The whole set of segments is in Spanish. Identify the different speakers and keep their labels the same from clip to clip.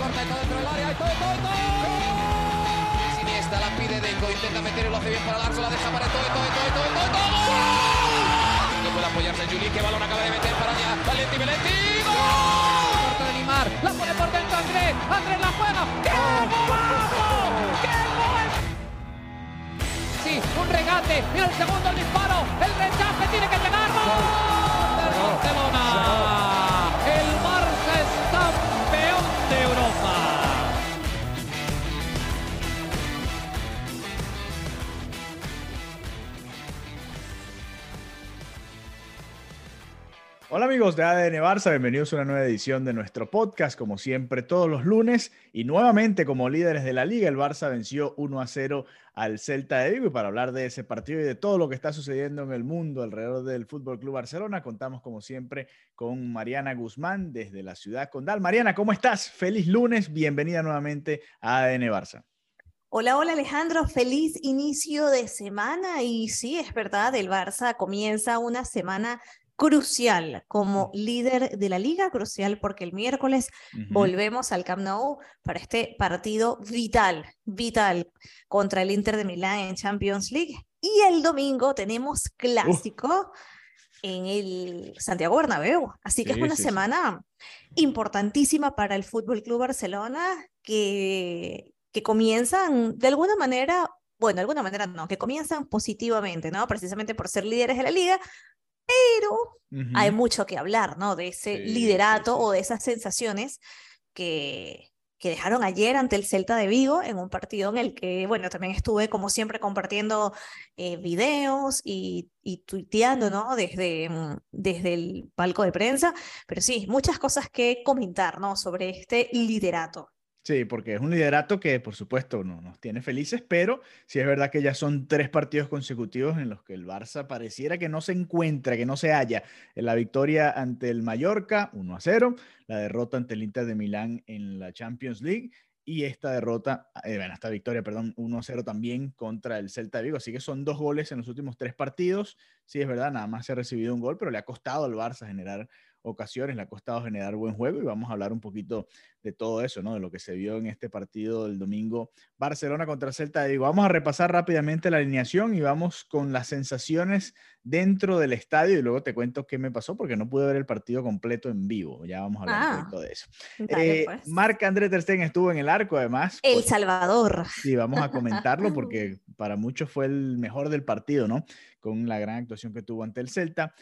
Speaker 1: corta y todo dentro del área. ¡Y todo! Iniesta la pide Deco, intenta meter y lo hace bien para Larso, la deja para todo. No puede apoyarse Juli, que balón acaba de meter para allá. Valenti. ¡Gol! Corta de Neymar, la pone por dentro Andrés la juega. ¡Qué golazo! ¡Qué gol! Sí, un regate, mira el segundo disparo, el rechace tiene que llegar. ¡Gol del Barcelona! El Barça es campeón de Europa.
Speaker 2: Hola amigos de ADN Barça, bienvenidos a una nueva edición de nuestro podcast, como siempre todos los lunes, y nuevamente como líderes de la Liga, el Barça venció 1-0 al Celta de Vigo, y para hablar de ese partido y de todo lo que está sucediendo en el mundo alrededor del Fútbol Club Barcelona, contamos como siempre con Mariana Guzmán desde la ciudad condal. Mariana, ¿cómo estás? Feliz lunes, bienvenida nuevamente a ADN Barça.
Speaker 3: Hola Alejandro, feliz inicio de semana y sí, es verdad, el Barça comienza una semana crucial como líder de la liga, crucial porque el miércoles volvemos al Camp Nou para este partido vital contra el Inter de Milán en Champions League, y el domingo tenemos clásico en el Santiago Bernabéu, así que es una semana importantísima para el Fútbol Club Barcelona que comienzan de alguna manera, bueno, de alguna manera no, que comienzan positivamente, ¿no? Precisamente por ser líderes de la liga, pero hay mucho que hablar, ¿no? De ese liderato o de esas sensaciones que dejaron ayer ante el Celta de Vigo en un partido en el que, bueno, también estuve como siempre compartiendo videos y tuiteando, ¿no? Desde el palco de prensa, pero sí, muchas cosas que comentar, ¿no? Sobre este liderato.
Speaker 2: Sí, porque es un liderato que, por supuesto, no nos tiene felices, pero sí es verdad que ya son 3 partidos consecutivos en los que el Barça pareciera que no se encuentra, que no se halla. En la victoria ante el Mallorca, 1-0, la derrota ante el Inter de Milán en la Champions League, y esta victoria, 1-0 también contra el Celta de Vigo. Así que son 2 goles en los últimos 3 partidos. Sí, es verdad, nada más se ha recibido un gol, pero le ha costado al Barça generar ocasiones, le ha costado generar buen juego, y vamos a hablar un poquito de todo eso, ¿no? De lo que se vio en este partido del domingo, Barcelona contra Celta de Vigo. Vamos a repasar rápidamente la alineación y vamos con las sensaciones dentro del estadio, y luego te cuento qué me pasó porque no pude ver el partido completo en vivo. Ya vamos a hablar un poquito de eso.
Speaker 3: Dale, pues.
Speaker 2: Marc-André ter Stegen estuvo en el arco, además.
Speaker 3: El Salvador.
Speaker 2: Sí, vamos a comentarlo porque para muchos fue el mejor del partido, ¿no? Con la gran actuación que tuvo ante el Celta.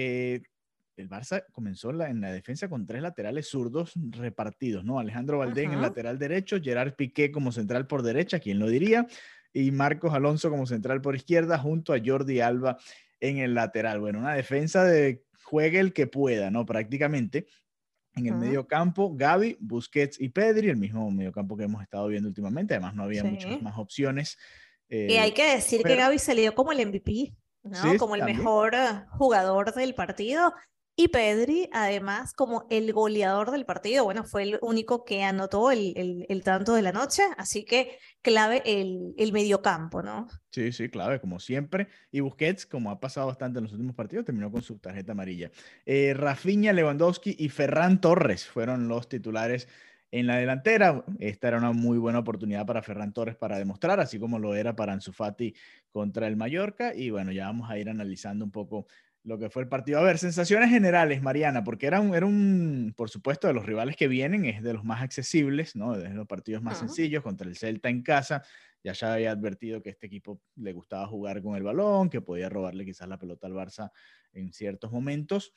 Speaker 2: El Barça comenzó en la defensa con 3 laterales zurdos repartidos, ¿no? Alejandro Valdé en el lateral derecho, Gerard Piqué como central por derecha, ¿quién lo diría? Y Marcos Alonso como central por izquierda, junto a Jordi Alba en el lateral. Bueno, una defensa de juegue el que pueda, ¿no? Prácticamente. En el medio campo, Gavi, Busquets y Pedri, el mismo mediocampo que hemos estado viendo últimamente. Además, no había muchas más opciones.
Speaker 3: Y hay que decir que Gavi salió como el MVP, ¿no?
Speaker 2: Sí,
Speaker 3: como el
Speaker 2: también.
Speaker 3: mejor jugador del partido. Y Pedri, además, como el goleador del partido. Bueno, fue el único que anotó el tanto de la noche. Así que clave el mediocampo, ¿no?
Speaker 2: Sí, clave, como siempre. Y Busquets, como ha pasado bastante en los últimos partidos, terminó con su tarjeta amarilla. Rafinha, Lewandowski y Ferran Torres fueron los titulares en la delantera. Esta era una muy buena oportunidad para Ferran Torres para demostrar, así como lo era para Ansu Fati contra el Mallorca. Y bueno, ya vamos a ir analizando un poco lo que fue el partido. A ver, sensaciones generales, Mariana, porque era un, por supuesto, de los rivales que vienen, es de los más accesibles, ¿no? De los partidos más sencillos, contra el Celta en casa. Ya había advertido que este equipo le gustaba jugar con el balón, que podía robarle quizás la pelota al Barça en ciertos momentos.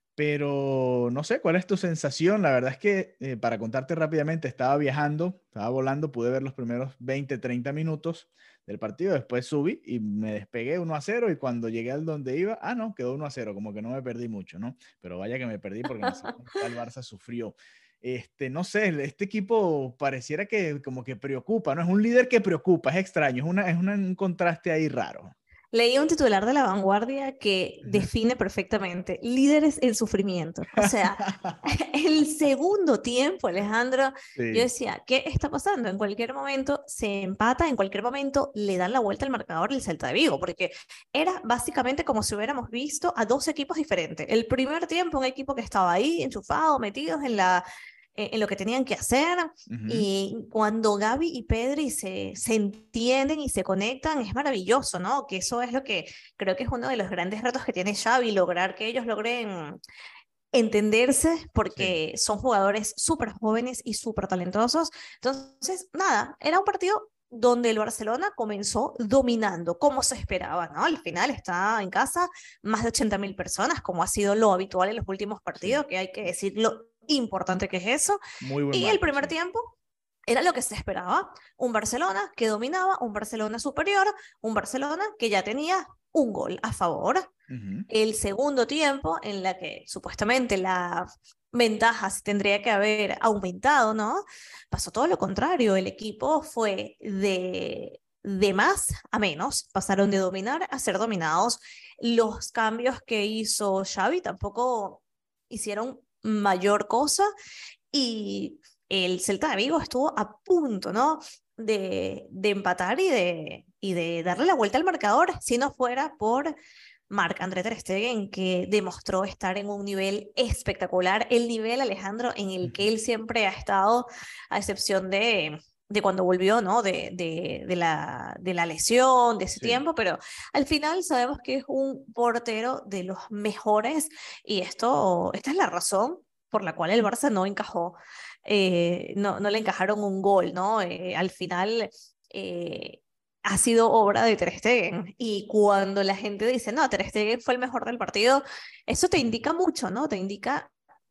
Speaker 2: Pero no sé, ¿cuál es tu sensación? La verdad es que, para contarte rápidamente, estaba viajando, estaba volando, pude ver los primeros 20, 30 minutos del partido, después subí y me despegué 1-0, y cuando llegué al donde iba, no, quedó 1-0, como que no me perdí mucho, ¿no? Pero vaya que me perdí porque el Barça sufrió. No sé, este equipo pareciera que como que preocupa, ¿no? Es un líder que preocupa, es extraño, es un contraste ahí raro.
Speaker 3: Leí un titular de La Vanguardia que define perfectamente: líderes en sufrimiento. O sea, el segundo tiempo, Alejandro, yo decía, ¿qué está pasando? En cualquier momento se empata, en cualquier momento le dan la vuelta al marcador el Celta de Vigo, porque era básicamente como si hubiéramos visto a 2 equipos diferentes. El primer tiempo, un equipo que estaba ahí, enchufado, metidos en lo que tenían que hacer. Y cuando Gavi y Pedri se entienden y se conectan, es maravilloso, ¿no? Que eso es lo que creo que es uno de los grandes retos que tiene Xavi, lograr que ellos logren entenderse,
Speaker 2: Sí.
Speaker 3: porque son jugadores súper jóvenes y súper talentosos. Entonces, nada, era un partido donde el Barcelona comenzó dominando, como se esperaba, ¿no? Al final está en casa más de 80.000 personas, como ha sido lo habitual en los últimos partidos,
Speaker 2: Sí.
Speaker 3: que hay que decir lo importante que es eso.
Speaker 2: Muy buen
Speaker 3: Y el
Speaker 2: marco,
Speaker 3: primer
Speaker 2: sí.
Speaker 3: tiempo era lo que se esperaba, un Barcelona que dominaba, un Barcelona superior, un Barcelona que ya tenía un gol a favor.
Speaker 2: Ujú.
Speaker 3: El segundo tiempo, en la que supuestamente la ventaja se tendría que haber aumentado, ¿no? Pasó todo lo contrario, el equipo fue de más a menos, pasaron de dominar a ser dominados. Los cambios que hizo Xavi tampoco hicieron mayor cosa, y el Celta de Vigo estuvo a punto, ¿no? De empatar y de darle la vuelta al marcador, si no fuera por Marc-André Ter Stegen, que demostró estar en un nivel espectacular, el nivel, Alejandro, en el que él siempre ha estado, a excepción de cuando volvió, ¿no? De la lesión, de ese
Speaker 2: Sí.
Speaker 3: tiempo, pero al final sabemos que es un portero de los mejores, y esta es la razón por la cual el Barça no encajó, no le encajaron un gol, ¿no? Al final ha sido obra de Ter Stegen, y cuando la gente dice, no, Ter Stegen fue el mejor del partido, eso te indica mucho, ¿no? Te indica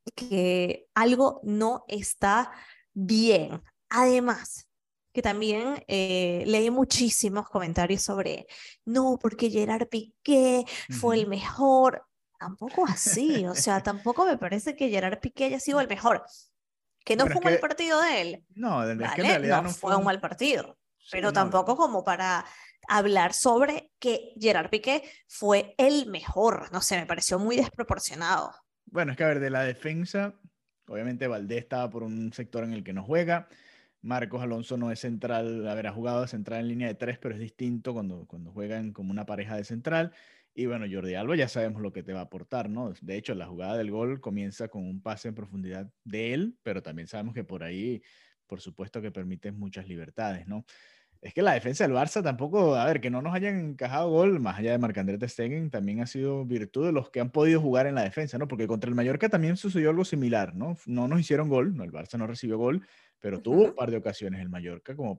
Speaker 3: que algo no está bien. Además, que también leí muchísimos comentarios sobre, no, porque Gerard Piqué fue el
Speaker 2: Ujú.
Speaker 3: mejor. Tampoco así, o sea, tampoco me parece que Gerard Piqué haya sido el mejor. Que no
Speaker 2: Bueno,
Speaker 3: fue un mal partido de él,
Speaker 2: no, es que en
Speaker 3: ¿vale?
Speaker 2: realidad
Speaker 3: No
Speaker 2: no fue
Speaker 3: fue un
Speaker 2: un...
Speaker 3: mal partido,
Speaker 2: Sí,
Speaker 3: pero
Speaker 2: no.
Speaker 3: tampoco como para hablar sobre que Gerard Piqué fue el mejor. No sé, me pareció muy desproporcionado.
Speaker 2: Bueno, es que a ver, de la defensa, obviamente Valdés estaba por un sector en el que no juega. Marcos Alonso no es central, a ver, ha jugado de central en línea de tres, pero es distinto cuando juegan como una pareja de central. Y bueno, Jordi Alba ya sabemos lo que te va a aportar, ¿no? De hecho, la jugada del gol comienza con un pase en profundidad de él, pero también sabemos que por ahí, por supuesto que permite muchas libertades, ¿no? Es que la defensa del Barça tampoco, a ver, que no nos hayan encajado gol, más allá de Marc-André Ter Stegen, también ha sido virtud de los que han podido jugar en la defensa, ¿no? Porque contra el Mallorca también sucedió algo similar, ¿no? No nos hicieron gol, no, el Barça no recibió gol, pero tuvo un par de ocasiones el Mallorca como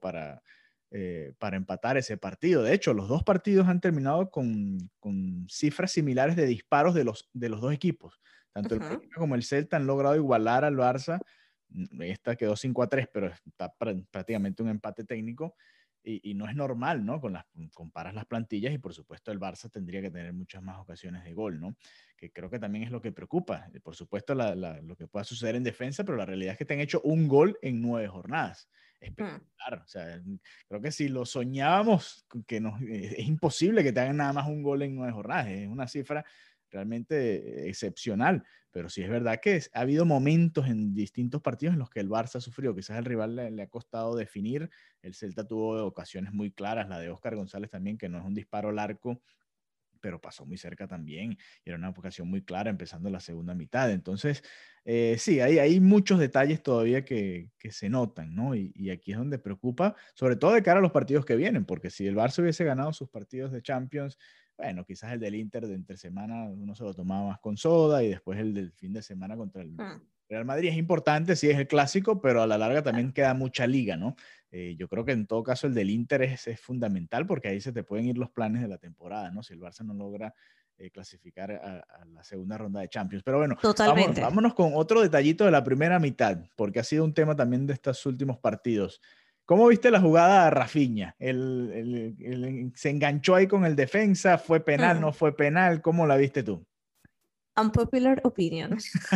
Speaker 2: para empatar ese partido. De hecho, los dos partidos han terminado con cifras similares de disparos de los dos equipos. Tanto el Mallorca como el Celta han logrado igualar al Barça. Esta quedó 5-3, pero está prácticamente un empate técnico. Y no es normal, ¿no? Comparas las plantillas y por supuesto el Barça tendría que tener muchas más ocasiones de gol, ¿no? Que creo que también es lo que preocupa. Por supuesto lo que pueda suceder en defensa, pero la realidad es que te han hecho un gol en 9 jornadas. Espectacular. O sea, creo que si lo soñábamos, es imposible que te hagan nada más un gol en 9 jornadas. Es una cifra realmente excepcional. Pero sí es verdad que ha habido momentos en distintos partidos en los que el Barça ha sufrido. Quizás el rival le ha costado definir. El Celta tuvo ocasiones muy claras, la de Óscar González también, que no es un disparo al arco, pero pasó muy cerca también. Y era una ocasión muy clara empezando la segunda mitad. Entonces, sí, hay muchos detalles todavía que se notan, ¿no? Y aquí es donde preocupa, sobre todo de cara a los partidos que vienen, porque si el Barça hubiese ganado sus partidos de Champions, bueno, quizás el del Inter de entre semana uno se lo tomaba más con soda y después el del fin de semana contra el Real Madrid es importante, sí es el clásico, pero a la larga también queda mucha liga, ¿no? Yo creo que en todo caso el del Inter es fundamental porque ahí se te pueden ir los planes de la temporada, ¿no? Si el Barça no logra clasificar a la segunda ronda de Champions. Pero bueno,
Speaker 3: Totalmente.
Speaker 2: vámonos con otro detallito de la primera mitad, porque ha sido un tema también de estos últimos partidos. ¿Cómo viste la jugada de Rafinha? Se enganchó ahí con el defensa, ¿fue penal, no fue penal? ¿Cómo la viste tú?
Speaker 3: Unpopular opinion.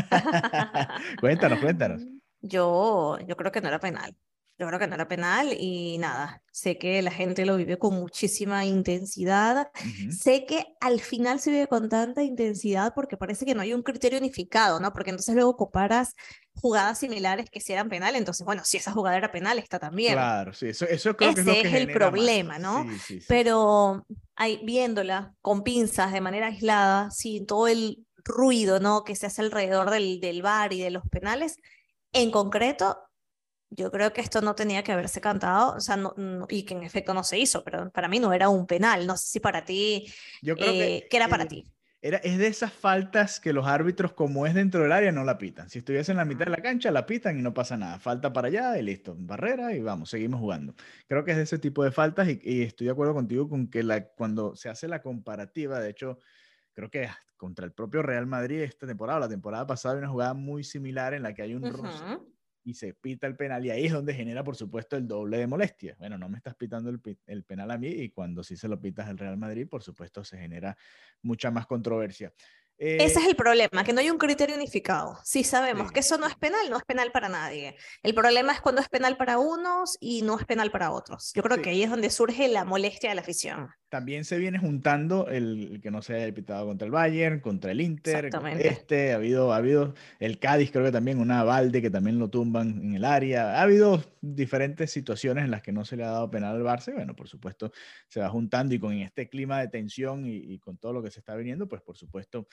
Speaker 2: Cuéntanos.
Speaker 3: Yo creo que no era penal. Yo creo que no era penal y nada, sé que la gente lo vive con muchísima intensidad.
Speaker 2: Ujú.
Speaker 3: Sé que al final se vive con tanta intensidad porque parece que no hay un criterio unificado, ¿no? Porque entonces luego comparas jugadas similares que si eran penal, entonces, bueno, si esa jugada era penal, está también.
Speaker 2: Claro, sí, eso creo que es lo
Speaker 3: Ese
Speaker 2: que
Speaker 3: es el
Speaker 2: genera más.
Speaker 3: problema, ¿no?
Speaker 2: Sí, sí, sí.
Speaker 3: Pero viéndola con pinzas, de manera aislada, sin todo el ruido, ¿no? que se hace alrededor del VAR y de los penales, En concreto, yo creo que esto no tenía que haberse cantado, o sea, y que en efecto no se hizo, pero para mí no era un penal. No sé si para ti,
Speaker 2: Yo creo que
Speaker 3: ¿qué era para ti?
Speaker 2: es de esas faltas que los árbitros, como es dentro del área, no la pitan. Si estuviese en la mitad de
Speaker 3: Ujú.
Speaker 2: la cancha, la pitan y no pasa nada. Falta para allá y listo. Barrera y vamos, seguimos jugando. Creo que es de ese tipo de faltas y estoy de acuerdo contigo con que cuando se hace la comparativa, de hecho, creo que contra el propio Real Madrid esta temporada, la temporada pasada, hay una jugada muy similar en la que hay un roce
Speaker 3: Ujú.
Speaker 2: y se pita el penal y ahí es donde genera, por supuesto, el doble de molestia. Bueno, no me estás pitando el penal a mí y cuando sí se lo pitas al Real Madrid, por supuesto, se genera mucha más controversia.
Speaker 3: Ese es
Speaker 2: Eh,
Speaker 3: el problema, que no hay un criterio unificado. Sí sabemos que
Speaker 2: sí,
Speaker 3: eso no es
Speaker 2: sí.
Speaker 3: penal, no es penal para nadie. El problema es cuando es penal para unos y no es penal para otros. Yo creo que
Speaker 2: Sí,
Speaker 3: ahí es donde surge la molestia de la afición.
Speaker 2: también se viene juntando el que no se haya pitado contra el Bayern, contra el Inter,
Speaker 3: Exactamente.
Speaker 2: ha habido el Cádiz, creo que también, una Balde que también lo tumban en el área. Ha habido diferentes situaciones en las que no se le ha dado penal al Barça. Y bueno, por supuesto, se va juntando y con este clima de tensión y con todo lo que se está viniendo, pues por supuesto,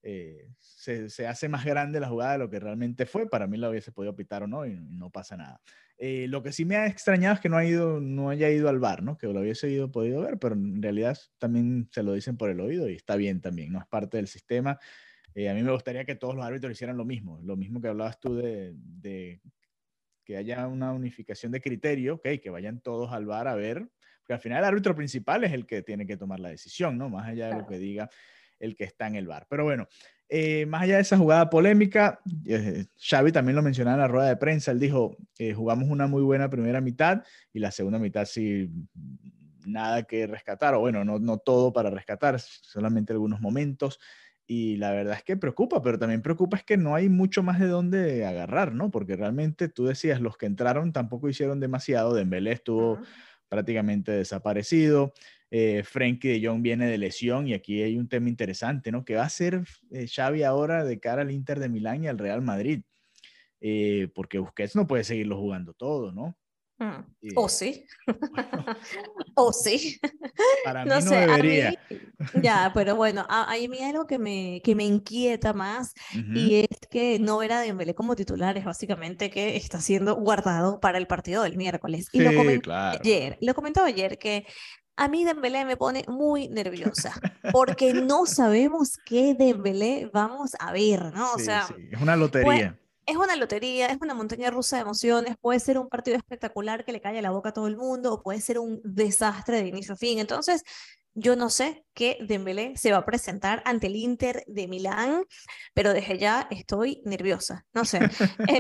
Speaker 2: se hace más grande la jugada de lo que realmente fue. Para mí la hubiese podido pitar o no y no pasa nada. Lo que sí me ha extrañado es que no haya ido al VAR, ¿no? Que lo podido ver, pero en realidad también se lo dicen por el oído y está bien también, ¿no? Es parte del sistema. A mí me gustaría que todos los árbitros hicieran lo mismo que hablabas tú de que haya una unificación de criterio, ¿ok? Que vayan todos al VAR a ver, porque al final el árbitro principal es el que tiene que tomar la decisión, ¿no? Más allá de lo que
Speaker 3: Claro.
Speaker 2: diga el que está en el VAR. Pero bueno, más allá de esa jugada polémica, Xavi también lo mencionaba en la rueda de prensa, él dijo, jugamos una muy buena primera mitad y la segunda mitad sí, nada que rescatar, o bueno, no todo para rescatar, solamente algunos momentos. Y la verdad es que preocupa, pero también preocupa es que no hay mucho más de dónde agarrar, ¿no? Porque realmente tú decías, los que entraron tampoco hicieron demasiado. Dembélé estuvo
Speaker 3: Ujú.
Speaker 2: prácticamente desaparecido. Frenkie de Jong viene de lesión y aquí hay un tema interesante, ¿no? ¿Qué va a hacer Xavi ahora de cara al Inter de Milán y al Real Madrid? Porque Busquets no puede seguirlo jugando todo, ¿no?
Speaker 3: O
Speaker 2: Eh,
Speaker 3: sí,
Speaker 2: bueno,
Speaker 3: o sí.
Speaker 2: para mí
Speaker 3: No
Speaker 2: no
Speaker 3: sé, a
Speaker 2: debería.
Speaker 3: mí, ya, pero bueno, a mí algo que me inquieta más
Speaker 2: Ujú.
Speaker 3: y es que no ver a Dembélé como titular es básicamente que está siendo guardado para el partido del miércoles. Y
Speaker 2: Sí, claro, claro.
Speaker 3: lo comentaba ayer que a mí Dembélé me pone muy nerviosa porque no sabemos qué Dembélé vamos a ver, ¿no? O
Speaker 2: Sí,
Speaker 3: sea,
Speaker 2: sí, es una
Speaker 3: pues
Speaker 2: lotería.
Speaker 3: es una lotería, es una montaña rusa de emociones, puede ser un partido espectacular que le calle la boca a todo el mundo o puede ser un desastre de inicio a fin. Entonces, yo no sé qué Dembélé se va a presentar ante el Inter de Milán, pero desde ya estoy nerviosa. No sé,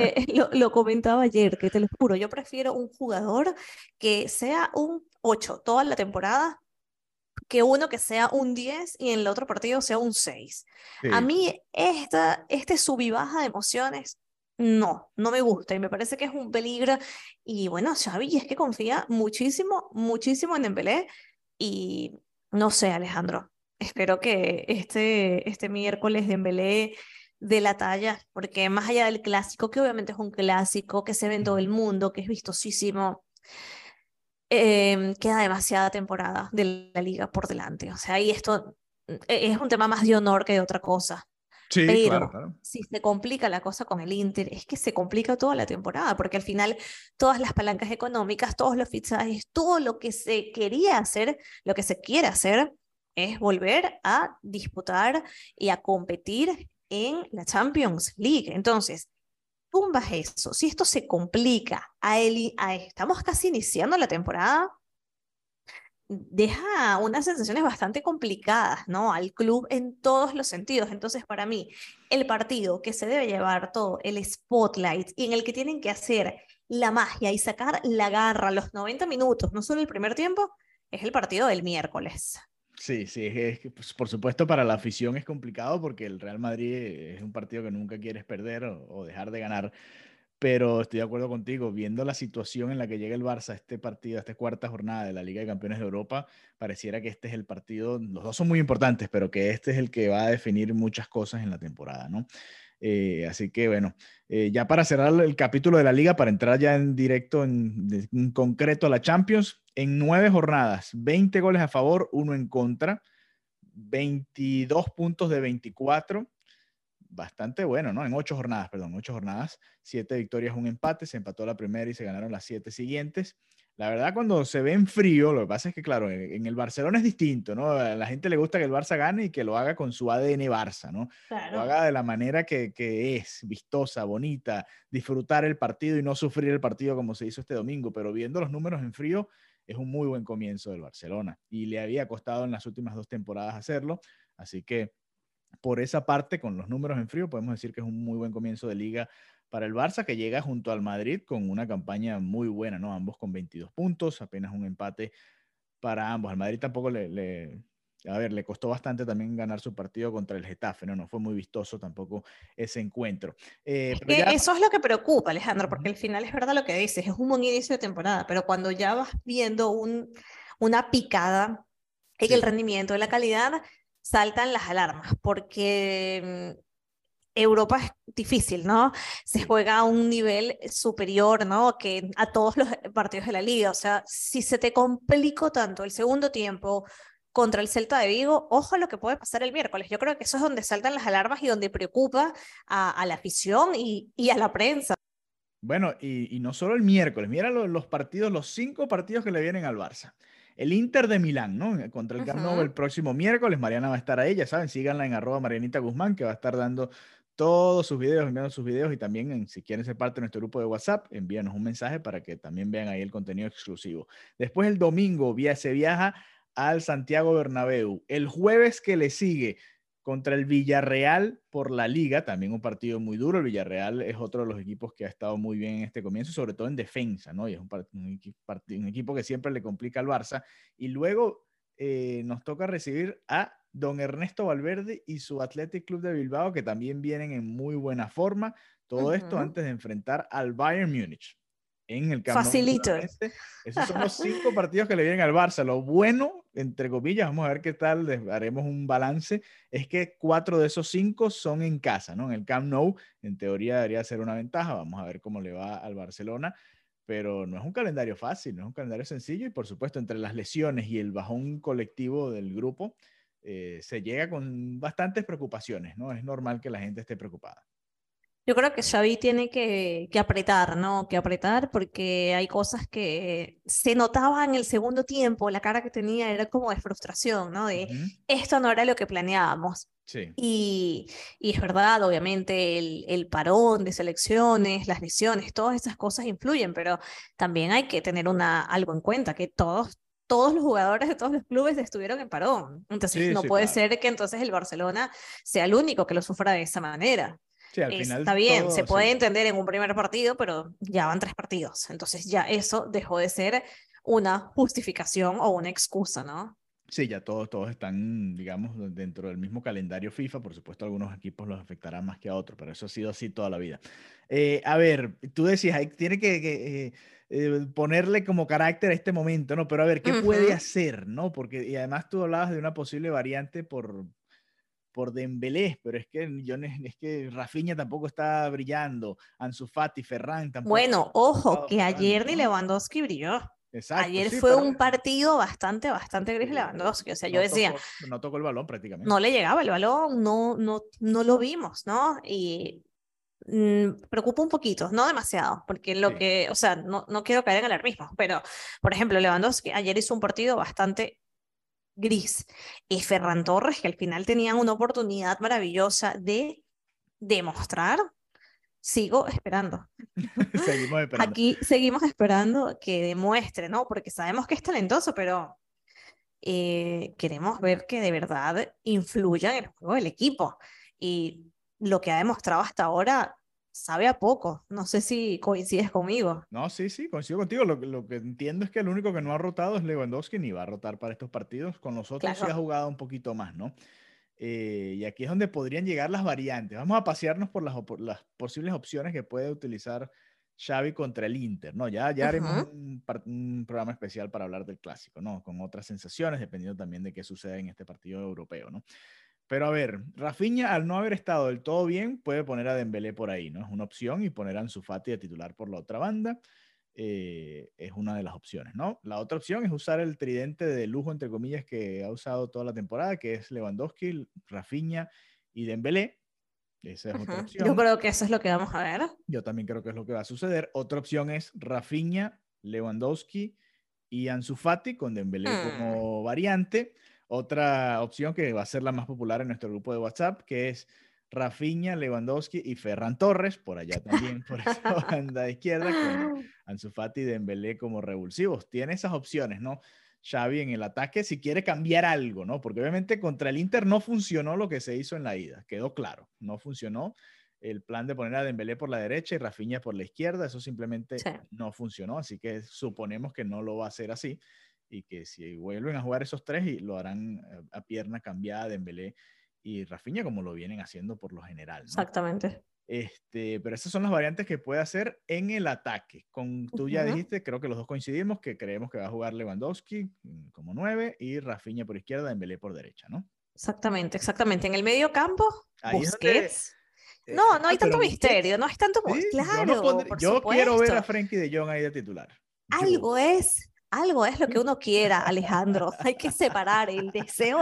Speaker 3: lo comentaba ayer, que te lo juro, yo prefiero un jugador que sea un 8 toda la temporada que uno que sea un 10 y en el otro partido sea un 6. A
Speaker 2: Sí,
Speaker 3: mí este sub y baja de emociones, no me gusta y me parece que es un peligro. Y bueno, Xavi es que confía muchísimo, muchísimo en Dembélé y no sé, Alejandro, espero que este miércoles Dembélé de la talla, porque más allá del clásico, que obviamente es un clásico, que se ve en todo el
Speaker 2: ujú.
Speaker 3: mundo, que es vistosísimo, queda demasiada temporada de la liga por delante. O sea, y esto es un tema más de honor que de otra cosa.
Speaker 2: Sí, claro,
Speaker 3: Pero
Speaker 2: claro.
Speaker 3: si se complica la cosa con el Inter, es que se complica toda la temporada, porque al final todas las palancas económicas, todos los fichajes, todo lo que se quería hacer, lo que se quiere hacer, es volver a disputar y a competir en la Champions League. Entonces, tumbas eso, si esto se complica, estamos casi iniciando la temporada, deja unas sensaciones bastante complicadas, ¿no? Al club en todos los sentidos. Entonces, para mí, el partido que se debe llevar todo, el spotlight, y en el que tienen que hacer la magia y sacar la garra los 90 minutos, no solo el primer tiempo, es el partido del miércoles.
Speaker 2: Sí, sí, es que, pues, por supuesto para la afición es complicado porque el Real Madrid es un partido que nunca quieres perder o dejar de ganar, pero estoy de acuerdo contigo, viendo la situación en la que llega el Barça a este partido, a esta cuarta jornada de la Liga de Campeones de Europa, pareciera que este es el partido, los dos son muy importantes, pero que este es el que va a definir muchas cosas en la temporada, ¿no? Así que bueno, ya para cerrar el capítulo de la liga, para entrar ya en directo, en concreto a la Champions, en 9 jornadas, 20 goles a favor, uno en contra, 22 puntos de 24, bastante bueno, ¿no? En 8 jornadas, 7 victorias, un empate, se empató la primera y se ganaron las 7 siguientes. La verdad, cuando se ve en frío, lo que pasa es que, claro, en el Barcelona es distinto, ¿no? A la gente le gusta que el Barça gane y que lo haga con su ADN Barça, ¿no? Lo
Speaker 3: Claro.
Speaker 2: haga de la manera que es, vistosa, bonita, disfrutar el partido y no sufrir el partido como se hizo este domingo, pero viendo los números en frío, es un muy buen comienzo del Barcelona y le había costado en las últimas 2 temporadas hacerlo, así que por esa parte, con los números en frío, podemos decir que es un muy buen comienzo de liga para el Barça, que llega junto al Madrid con una campaña muy buena, ¿no? Ambos con 22 puntos, apenas un empate para ambos. Al Madrid tampoco le costó bastante también ganar su partido contra el Getafe, ¿no? No fue muy vistoso tampoco ese encuentro.
Speaker 3: Es
Speaker 2: Pero
Speaker 3: que
Speaker 2: ya...
Speaker 3: eso es lo que preocupa, Alejandro, porque
Speaker 2: Ujú.
Speaker 3: al final es verdad lo que dices, es un buen inicio de temporada, pero cuando ya vas viendo una picada en el
Speaker 2: Sí,
Speaker 3: rendimiento, en la calidad, saltan las alarmas, porque Europa es difícil, ¿no? Se
Speaker 2: sí.
Speaker 3: juega a un nivel superior, ¿no? Que a todos los partidos de la liga. O sea, si se te complicó tanto el segundo tiempo contra el Celta de Vigo, ojo a lo que puede pasar el miércoles. Yo creo que eso es donde saltan las alarmas y donde preocupa a la afición y a la prensa.
Speaker 2: Bueno, y no solo el miércoles, mira los partidos, los 5 partidos que le vienen al Barça. El Inter de Milán, ¿no? Contra el Camp Nou
Speaker 3: Ujú.
Speaker 2: el próximo miércoles. Mariana va a estar ahí, ya saben, síganla en @Marianita Guzmán, que va a estar dando todos sus videos, enviando sus videos y también si quieren ser parte de nuestro grupo de WhatsApp, envíanos un mensaje para que también vean ahí el contenido exclusivo. Después el domingo se viaja al Santiago Bernabéu. El jueves que le sigue contra el Villarreal por la Liga, también un partido muy duro. El Villarreal es otro de los equipos que ha estado muy bien en este comienzo, sobre todo en defensa, ¿no? Y es un equipo que siempre le complica al Barça. Y luego nos toca recibir a don Ernesto Valverde y su Athletic Club de Bilbao, que también vienen en muy buena forma. Todo esto
Speaker 3: Ujú.
Speaker 2: antes de enfrentar al Bayern Múnich en el Camp Nou
Speaker 3: Facilito.
Speaker 2: nuevamente. Esos son los 5 partidos que le vienen al Barça. Lo bueno, entre comillas, vamos a ver qué tal, haremos un balance, es que 4 de esos 5 son en casa, ¿no? En el Camp Nou, en teoría debería ser una ventaja. Vamos a ver cómo le va al Barcelona, pero no es un calendario fácil, no es un calendario sencillo y por supuesto entre las lesiones y el bajón colectivo del grupo, se llega con bastantes preocupaciones, ¿no? Es normal que la gente esté preocupada.
Speaker 3: Yo creo que Xavi tiene que apretar, ¿no? Que apretar porque hay cosas que se notaban en el segundo tiempo, la cara que tenía era como de frustración, ¿no? De
Speaker 2: Ujú.
Speaker 3: esto no era lo que planeábamos.
Speaker 2: Sí.
Speaker 3: Y, y es verdad, obviamente, el parón de selecciones, las lesiones, todas esas cosas influyen, pero también hay que tener algo en cuenta, que todos los jugadores de todos los clubes estuvieron en parón. Entonces,
Speaker 2: Sí,
Speaker 3: no
Speaker 2: sí,
Speaker 3: puede
Speaker 2: claro.
Speaker 3: ser que entonces el Barcelona sea el único que lo sufra de esa manera.
Speaker 2: Sí, al
Speaker 3: Está
Speaker 2: final
Speaker 3: bien, se
Speaker 2: todo,
Speaker 3: puede
Speaker 2: sí.
Speaker 3: entender en un primer partido, pero ya van 3 partidos. Entonces ya eso dejó de ser una justificación o una excusa, ¿no?
Speaker 2: Sí, ya todos están, digamos, dentro del mismo calendario FIFA. Por supuesto, algunos equipos los afectarán más que a otros, pero eso ha sido así toda la vida. A ver, tú decías, tiene que ponerle como carácter a este momento, ¿no? Pero a ver, ¿qué puede
Speaker 3: Ujú.
Speaker 2: hacer, no? Porque, y además tú hablabas de una posible variante por Dembélé, pero es que es que Rafinha tampoco está brillando, Ansu Fati, Ferran tampoco
Speaker 3: Bueno,
Speaker 2: ha
Speaker 3: ojo,
Speaker 2: estado
Speaker 3: que
Speaker 2: jugando,
Speaker 3: ayer ni
Speaker 2: ¿no?
Speaker 3: Lewandowski brilló.
Speaker 2: Exacto,
Speaker 3: Ayer
Speaker 2: sí,
Speaker 3: fue
Speaker 2: pero
Speaker 3: un partido bastante gris
Speaker 2: sí,
Speaker 3: Lewandowski. O sea, yo
Speaker 2: no
Speaker 3: decía,
Speaker 2: tocó el balón
Speaker 3: no
Speaker 2: prácticamente.
Speaker 3: le llegaba el balón, no lo vimos, ¿no? Y preocupa un poquito, no demasiado, porque
Speaker 2: Sí.
Speaker 3: o sea, no quiero caer en alarmismo, pero, por ejemplo, Lewandowski ayer hizo un partido bastante gris. Y Ferran Torres, que al final tenían una oportunidad maravillosa de demostrar, sigo esperando.
Speaker 2: Seguimos esperando.
Speaker 3: Aquí seguimos esperando que demuestre, ¿no? Porque sabemos que es talentoso, pero queremos ver que de verdad influya en el juego del equipo. Y lo que ha demostrado hasta ahora sabe a poco. No sé si coincides conmigo.
Speaker 2: No, sí, sí, coincido contigo. Lo que entiendo es que el único que no ha rotado es Lewandowski, ni va a rotar para estos partidos. Con los otros sí ha
Speaker 3: Claro.
Speaker 2: jugado un poquito más, ¿no? Y aquí es donde podrían llegar las variantes. Vamos a pasearnos por las posibles opciones que puede utilizar Xavi contra el Inter, ¿no? Ya haremos
Speaker 3: Ujú.
Speaker 2: un programa especial para hablar del clásico, ¿no? Con otras sensaciones, dependiendo también de qué sucede en este partido europeo, ¿no? Pero a ver, Rafinha, al no haber estado del todo bien, puede poner a Dembélé por ahí, ¿no? Es una opción y poner a Ansu Fati de titular por la otra banda. Es una de las opciones, ¿no? La otra opción es usar el tridente de lujo, entre comillas, que ha usado toda la temporada, que es Lewandowski, Rafinha y Dembélé. Esa es otra
Speaker 3: Yo
Speaker 2: opción.
Speaker 3: creo que eso es lo que vamos a ver.
Speaker 2: Yo también creo que es lo que va a suceder. Otra opción es Rafinha, Lewandowski y Ansu Fati con Dembélé como variante. Otra opción que va a ser la más popular en nuestro grupo de WhatsApp, que es Rafinha, Lewandowski y Ferran Torres, por allá también, por esa banda izquierda, con Ansu Fati y Dembélé como revulsivos. Tiene esas opciones, ¿no? Xavi en el ataque, si quiere cambiar algo, ¿no? Porque obviamente contra el Inter no funcionó lo que se hizo en la ida, quedó claro, no funcionó el plan de poner a Dembélé por la derecha y Rafinha por la izquierda, eso simplemente
Speaker 3: Sí.
Speaker 2: no funcionó, así que suponemos que no lo va a hacer así y que si vuelven a jugar esos tres y lo harán a pierna cambiada Dembélé y Rafinha como lo vienen haciendo por lo general, ¿no?
Speaker 3: Exactamente.
Speaker 2: Pero esas son las variantes que puede hacer en el ataque. Tú ya dijiste, creo que los dos coincidimos, que creemos que va a jugar Lewandowski como 9 y Rafinha por izquierda, Dembélé por derecha, ¿no?
Speaker 3: Exactamente, exactamente. En el medio campo,
Speaker 2: Ahí es donde...
Speaker 3: Busquets. No, no hay
Speaker 2: pero
Speaker 3: tanto
Speaker 2: Busquets,
Speaker 3: misterio, no hay tanto...
Speaker 2: sí,
Speaker 3: Claro, por
Speaker 2: yo quiero ver a
Speaker 3: supuesto.
Speaker 2: Frenkie de Jong ahí de titular.
Speaker 3: Algo es lo que uno quiera, Alejandro. Hay que separar el deseo.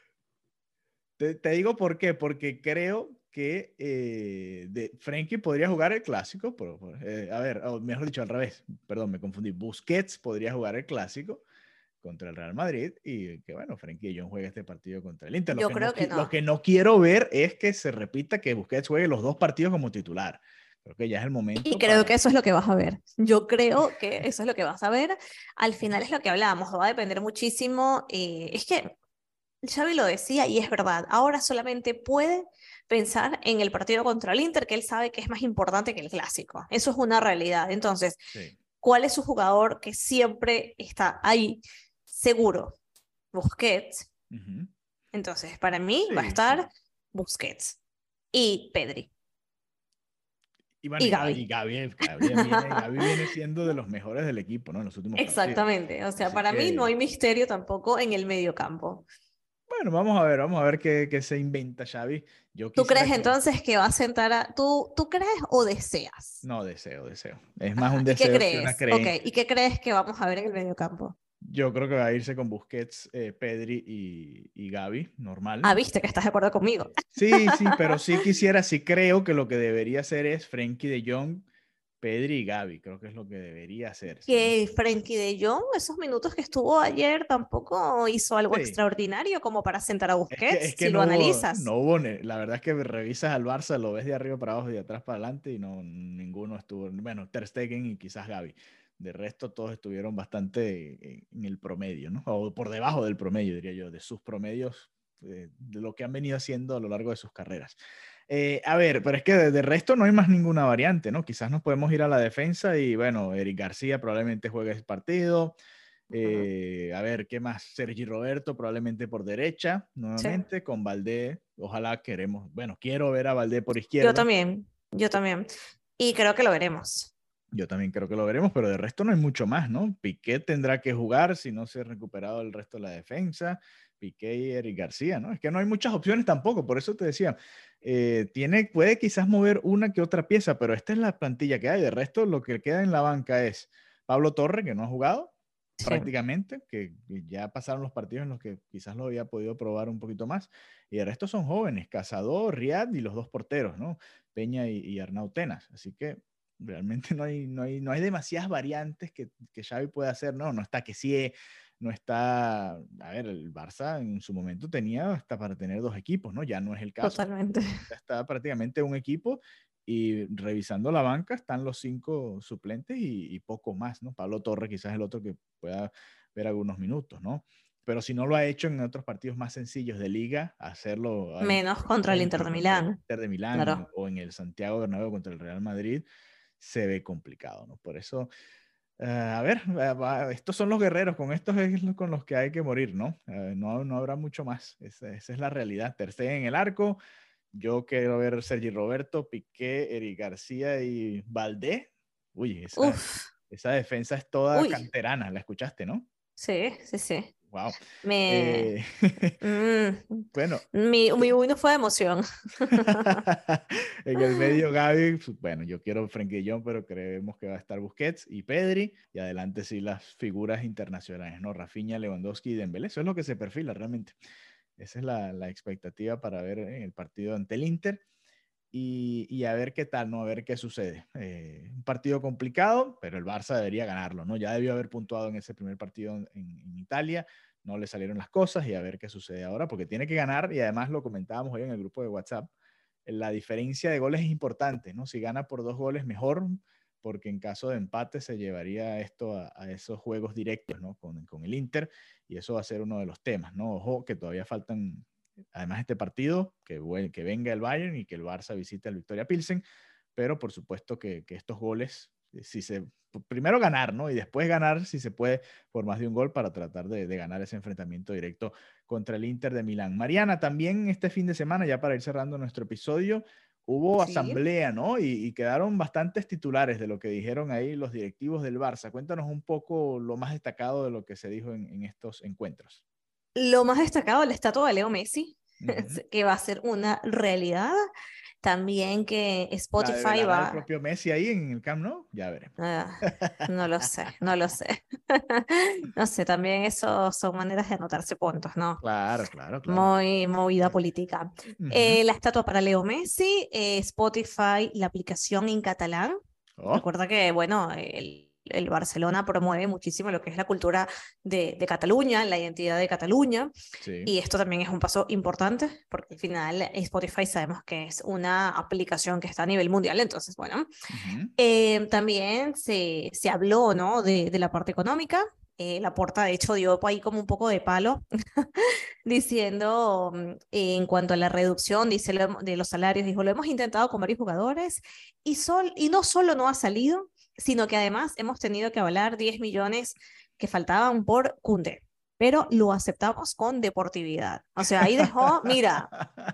Speaker 2: Te digo por qué, porque creo que Frenkie podría jugar el clásico, a ver, mejor dicho, al revés, perdón, me confundí. Busquets podría jugar el clásico contra el Real Madrid y que bueno, Frenkie de Jong juegue este partido contra el Inter.
Speaker 3: Yo creo que
Speaker 2: Lo
Speaker 3: no.
Speaker 2: que no quiero ver es que se repita que Busquets juegue los dos partidos como titular. Creo que ya es el
Speaker 3: Y
Speaker 2: momento
Speaker 3: creo
Speaker 2: para...
Speaker 3: que eso es lo que vas a ver. Yo creo que eso es lo que vas a ver. Al final es lo que hablábamos, va a depender muchísimo. Es que Xavi lo decía y es verdad. Ahora solamente puede pensar en el partido contra el Inter, que él sabe que es más importante que el clásico. Eso es una realidad. Entonces,
Speaker 2: Sí.
Speaker 3: ¿cuál es su jugador que siempre está ahí seguro? Busquets. Entonces, para mí va a
Speaker 2: Sí,
Speaker 3: estar
Speaker 2: sí.
Speaker 3: Busquets y Pedri.
Speaker 2: Y bueno,
Speaker 3: Y Gavi.
Speaker 2: Gavi viene siendo de los mejores del equipo, ¿no? En los últimos partidos.
Speaker 3: Exactamente. O sea,
Speaker 2: Así
Speaker 3: para mí no
Speaker 2: que,
Speaker 3: hay misterio tampoco en el medio campo.
Speaker 2: bueno, vamos a ver qué se inventa Xavi. Yo
Speaker 3: ¿Tú
Speaker 2: quisiera
Speaker 3: crees
Speaker 2: que...
Speaker 3: entonces que va a sentar a... ¿Tú crees o deseas?
Speaker 2: No, deseo. Es más
Speaker 3: Ajá.
Speaker 2: un
Speaker 3: ¿Y qué
Speaker 2: deseo que una
Speaker 3: crees? Ok,
Speaker 2: creencia.
Speaker 3: ¿y qué crees que vamos a ver en el medio campo?
Speaker 2: Yo creo que va a irse con Busquets, Pedri y Gavi,
Speaker 3: Ah,
Speaker 2: normal.
Speaker 3: viste que estás de acuerdo conmigo.
Speaker 2: Sí, pero sí creo que lo que debería hacer es Frenkie de Jong, Pedri y Gavi. Creo que es lo que debería hacerse, ¿no?
Speaker 3: Que Frenkie de Jong, esos minutos que estuvo ayer, tampoco hizo algo
Speaker 2: Sí,
Speaker 3: extraordinario como para sentar a
Speaker 2: es
Speaker 3: Busquets,
Speaker 2: que
Speaker 3: si lo analizas.
Speaker 2: la verdad es que revisas al Barça, lo ves de arriba para abajo y de atrás para adelante y no, ninguno estuvo, bueno, Ter Stegen y quizás Gavi. De resto, todos estuvieron bastante en el promedio, ¿no? O por debajo del promedio, diría yo, de sus promedios, de lo que han venido haciendo a lo largo de sus carreras. A ver, pero es que de resto no hay más ninguna variante, ¿no? Quizás nos podemos ir a la defensa y bueno, Eric García probablemente juegue ese partido. A ver, ¿qué más? Sergi Roberto probablemente por derecha,
Speaker 3: Sí.
Speaker 2: nuevamente, con Valdé. Ojalá quiero ver a Valdé por
Speaker 3: Yo
Speaker 2: izquierda.
Speaker 3: también, yo también. Y creo que lo veremos.
Speaker 2: Yo también creo que lo veremos, pero de resto no hay mucho más, ¿no? Piqué tendrá que jugar si no se ha recuperado el resto de la defensa. Piqué y Eric García, ¿no? Es que no hay muchas opciones tampoco, por eso te decía, puede quizás mover una que otra pieza, pero esta es la plantilla que hay. De resto, lo que queda en la banca es Pablo Torre, que no ha jugado
Speaker 3: Sí.
Speaker 2: prácticamente, que ya pasaron los partidos en los que quizás lo había podido probar un poquito más, y el resto son jóvenes, Cazador, Riad y los dos porteros, ¿no? Peña y Arnau Tenas, así que realmente no hay demasiadas variantes que Xavi puede hacer, no está que sí, no está, a ver, el Barça en su momento tenía hasta para tener dos equipos, ¿no? Ya no es el caso,
Speaker 3: Totalmente.
Speaker 2: ya está prácticamente un equipo y revisando la banca están los 5 suplentes y poco más, ¿no? Pablo Torre quizás el otro que pueda ver algunos minutos, ¿no? Pero si no lo ha hecho en otros partidos más sencillos de liga, hacerlo
Speaker 3: Menos contra el Inter
Speaker 2: ejemplo,
Speaker 3: de
Speaker 2: contra el
Speaker 3: Milán.
Speaker 2: Inter de Milán
Speaker 3: Claro.
Speaker 2: o en el Santiago Bernabéu contra el Real Madrid, se ve complicado, ¿no? Por eso, a ver, estos son los guerreros, con estos es con los que hay que morir, ¿no? No habrá mucho más, esa es la realidad. Ter Stegen en el arco, yo quiero ver Sergi Roberto, Piqué, Eric García y Valdé. Uy,
Speaker 3: Uf.
Speaker 2: esa defensa es toda
Speaker 3: Uy.
Speaker 2: canterana, la escuchaste, ¿no?
Speaker 3: Sí.
Speaker 2: Wow.
Speaker 3: Me...
Speaker 2: Bueno,
Speaker 3: Mi uno fue de emoción.
Speaker 2: en el medio Gavi, bueno, yo quiero Frenkie de Jong, pero creemos que va a estar Busquets y Pedri, y adelante sí las figuras internacionales, ¿no? Rafinha, Lewandowski y Dembélé, eso es lo que se perfila realmente. Esa es la expectativa para ver en el partido ante el Inter. y a ver qué tal, ¿no? A ver qué sucede. Un partido complicado, pero el Barça debería ganarlo, ¿no? Ya debió haber puntuado en ese primer partido en Italia, no le salieron las cosas y a ver qué sucede ahora, porque tiene que ganar y además lo comentábamos hoy en el grupo de WhatsApp, la diferencia de goles es importante, ¿no? Si gana por 2 goles, mejor, porque en caso de empate se llevaría esto a esos juegos directos, ¿no? Con el Inter, y eso va a ser uno de los temas, ¿no? Ojo, que todavía faltan, además este partido, que venga el Bayern y que el Barça visite al Victoria Pilsen, pero por supuesto que estos goles, si se, primero ganar, ¿no? Y después ganar, si se puede, por más de un gol para tratar de ganar ese enfrentamiento directo contra el Inter de Milán. Mariana, también este fin de semana, ya para ir cerrando nuestro episodio, hubo
Speaker 3: Sí.
Speaker 2: asamblea, ¿no? Y quedaron bastantes titulares de lo que dijeron ahí los directivos del Barça. Cuéntanos un poco lo más destacado de lo que se dijo en estos encuentros.
Speaker 3: Lo más destacado, la estatua de Leo Messi,
Speaker 2: Ujú.
Speaker 3: que va a ser una realidad. También que
Speaker 2: La
Speaker 3: Spotify
Speaker 2: develará el
Speaker 3: va.
Speaker 2: propio Messi ahí en el Camp Nou, ya veremos.
Speaker 3: No lo sé, no lo sé. No sé, también eso son maneras de anotarse puntos, ¿no?
Speaker 2: Claro, claro, claro.
Speaker 3: Muy movida política.
Speaker 2: Ujú.
Speaker 3: La estatua para Leo Messi, Spotify, la aplicación en catalán.
Speaker 2: Oh,
Speaker 3: Recuerda que, bueno, el Barcelona promueve muchísimo lo que es la cultura de Cataluña, la identidad de Cataluña.
Speaker 2: sí.
Speaker 3: Y esto también es un paso importante, porque al final Spotify sabemos que es una aplicación que está a nivel mundial. Entonces, bueno,
Speaker 2: Ujú.
Speaker 3: también se habló, ¿no? de la parte económica. Laporta, de hecho, dio ahí como un poco de palo diciendo en cuanto a la reducción, dice de los salarios, dijo, lo hemos intentado con varios jugadores y no solo no ha salido, sino que además hemos tenido que avalar 10 millones que faltaban por Koundé, pero lo aceptamos con deportividad. O sea, ahí dejó, mira,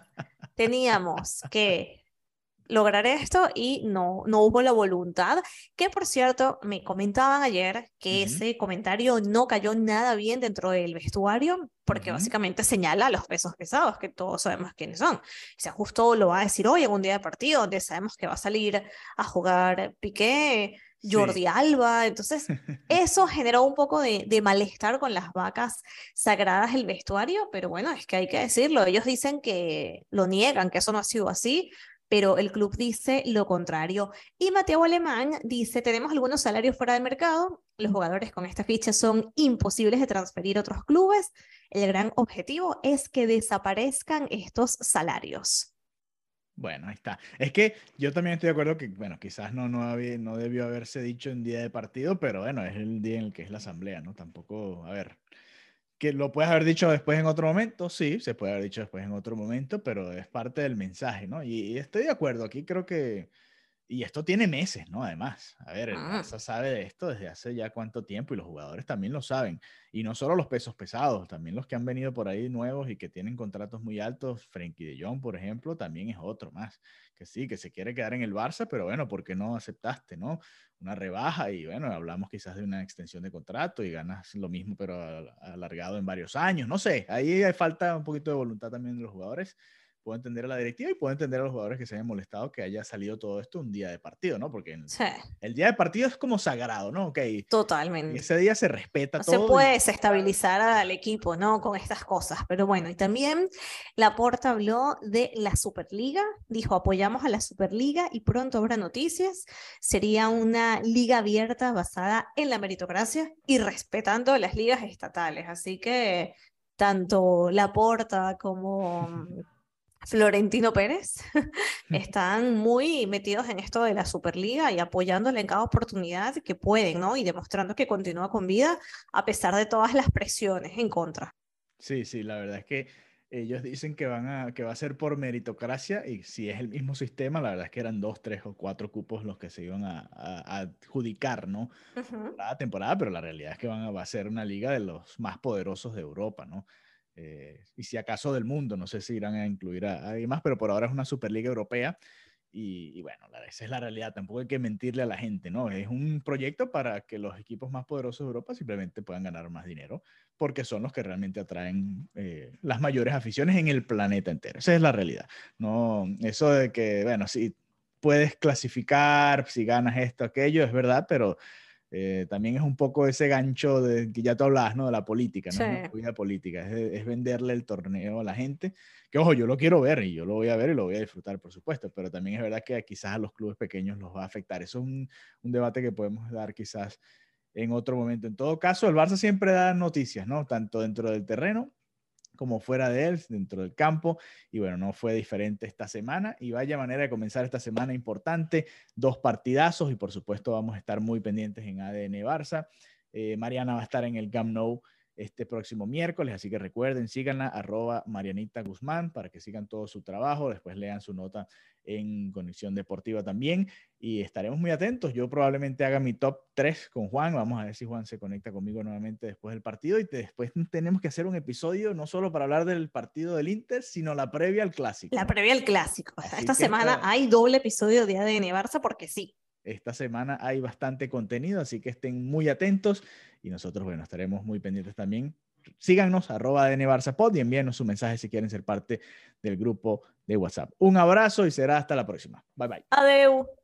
Speaker 3: teníamos que lograr esto y no hubo la voluntad, que por cierto me comentaban ayer que
Speaker 2: Ujú,
Speaker 3: ese comentario no cayó nada bien dentro del vestuario, porque
Speaker 2: ujú.
Speaker 3: básicamente señala a los pesos pesados, que todos sabemos quiénes son. O sea, justo lo va a decir hoy en un día de partido, donde sabemos que va a salir a jugar Piqué,
Speaker 2: Sí.
Speaker 3: Jordi Alba, entonces. Eso generó un poco de malestar con las vacas sagradas del vestuario, pero bueno, es que hay que decirlo. Ellos dicen que lo niegan, que eso no ha sido así, pero el club dice lo contrario. Y Mateo Alemán dice, tenemos algunos salarios fuera de mercado, los jugadores con esta ficha son imposibles de transferir a otros clubes, el gran objetivo es que desaparezcan estos salarios.
Speaker 2: Bueno, ahí está. Es que yo también estoy de acuerdo que, bueno, quizás no debió haberse dicho en día de partido, pero bueno, es el día en el que es la asamblea, ¿no? Tampoco, a ver, que lo puedes haber dicho después en otro momento, sí, se puede haber dicho después en otro momento, pero es parte del mensaje, ¿no? Y estoy de acuerdo, aquí creo que y esto tiene meses, ¿no? Además, a ver, el
Speaker 3: Mm,
Speaker 2: Barça sabe de esto desde hace ya cuánto tiempo y los jugadores también lo saben. Y no solo los pesos pesados, también los que han venido por ahí nuevos y que tienen contratos muy altos. Frenkie de Jong, por ejemplo, también es otro más. Que sí, que se quiere quedar en el Barça, pero bueno, ¿por qué no aceptaste, no? Una rebaja y bueno, hablamos quizás de una extensión de contrato y ganas lo mismo, pero alargado en varios años. No sé, ahí falta un poquito de voluntad también de los jugadores. Puedo entender a la directiva y puedo entender a los jugadores que se hayan molestado que haya salido todo esto un día de partido, ¿no? Porque
Speaker 3: sí,
Speaker 2: el día de partido es como sagrado, ¿no? Ok, y
Speaker 3: totalmente.
Speaker 2: ese día se respeta
Speaker 3: No se
Speaker 2: todo
Speaker 3: puede
Speaker 2: y
Speaker 3: desestabilizar al equipo, ¿no? Con estas cosas. Pero bueno, y también Laporta habló de la Superliga, dijo, apoyamos a la Superliga y pronto habrá noticias. Sería una liga abierta basada en la meritocracia y respetando las ligas estatales. Así que tanto Laporta como Florentino Pérez están muy metidos en esto de la Superliga y apoyándole en cada oportunidad que pueden, ¿no? Y demostrando que continúa con vida a pesar de todas las presiones en contra.
Speaker 2: sí, sí, la verdad es que ellos dicen que va a ser por meritocracia y si es el mismo sistema, la verdad es que eran 2, 3 o 4 cupos los que se iban a adjudicar, ¿no?
Speaker 3: Ujú.
Speaker 2: Cada temporada, pero la realidad es que va a ser una liga de los más poderosos de Europa, ¿no? Y si acaso del mundo, no sé si irán a incluir a alguien más, pero por ahora es una Superliga Europea. Y bueno, esa es la realidad, tampoco hay que mentirle a la gente, ¿no? Es un proyecto para que los equipos más poderosos de Europa simplemente puedan ganar más dinero, porque son los que realmente atraen las mayores aficiones en el planeta entero. Esa es la realidad. No, eso de que, bueno, si puedes clasificar, si ganas esto, aquello, es verdad, pero También es un poco ese gancho de que ya tú hablabas, ¿no? De la política, ¿no?
Speaker 3: Sí.
Speaker 2: Es una movida política, es venderle el torneo a la gente, que ojo, yo lo quiero ver y yo lo voy a ver y lo voy a disfrutar, por supuesto, pero también es verdad que quizás a los clubes pequeños los va a afectar. Eso es un debate que podemos dar quizás en otro momento. En todo caso, el Barça siempre da noticias, ¿no? Tanto dentro del terreno como fuera de él, dentro del campo, y bueno, no fue diferente esta semana, y vaya manera de comenzar esta semana importante, 2 partidazos, y por supuesto vamos a estar muy pendientes en ADN Barça. Mariana va a estar en el Camp Nou este próximo miércoles, así que recuerden, síganla, @Marianita Guzmán, para que sigan todo su trabajo, después lean su nota en Conexión Deportiva también, y estaremos muy atentos. Yo probablemente haga mi top 3 con Juan, vamos a ver si Juan se conecta conmigo nuevamente después del partido, y después tenemos que hacer un episodio no solo para hablar del partido del Inter, sino la previa al Clásico.
Speaker 3: La previa al Clásico.
Speaker 2: Así
Speaker 3: Esta
Speaker 2: que
Speaker 3: semana hay doble episodio de ADN Barça porque sí.
Speaker 2: Esta semana hay bastante contenido, así que estén muy atentos y nosotros, bueno, estaremos muy pendientes también. Síganos, @ADN Barça Pod, y envíenos su mensaje si quieren ser parte del grupo de WhatsApp. Un abrazo y será hasta la próxima. Bye, bye.
Speaker 3: Adeu.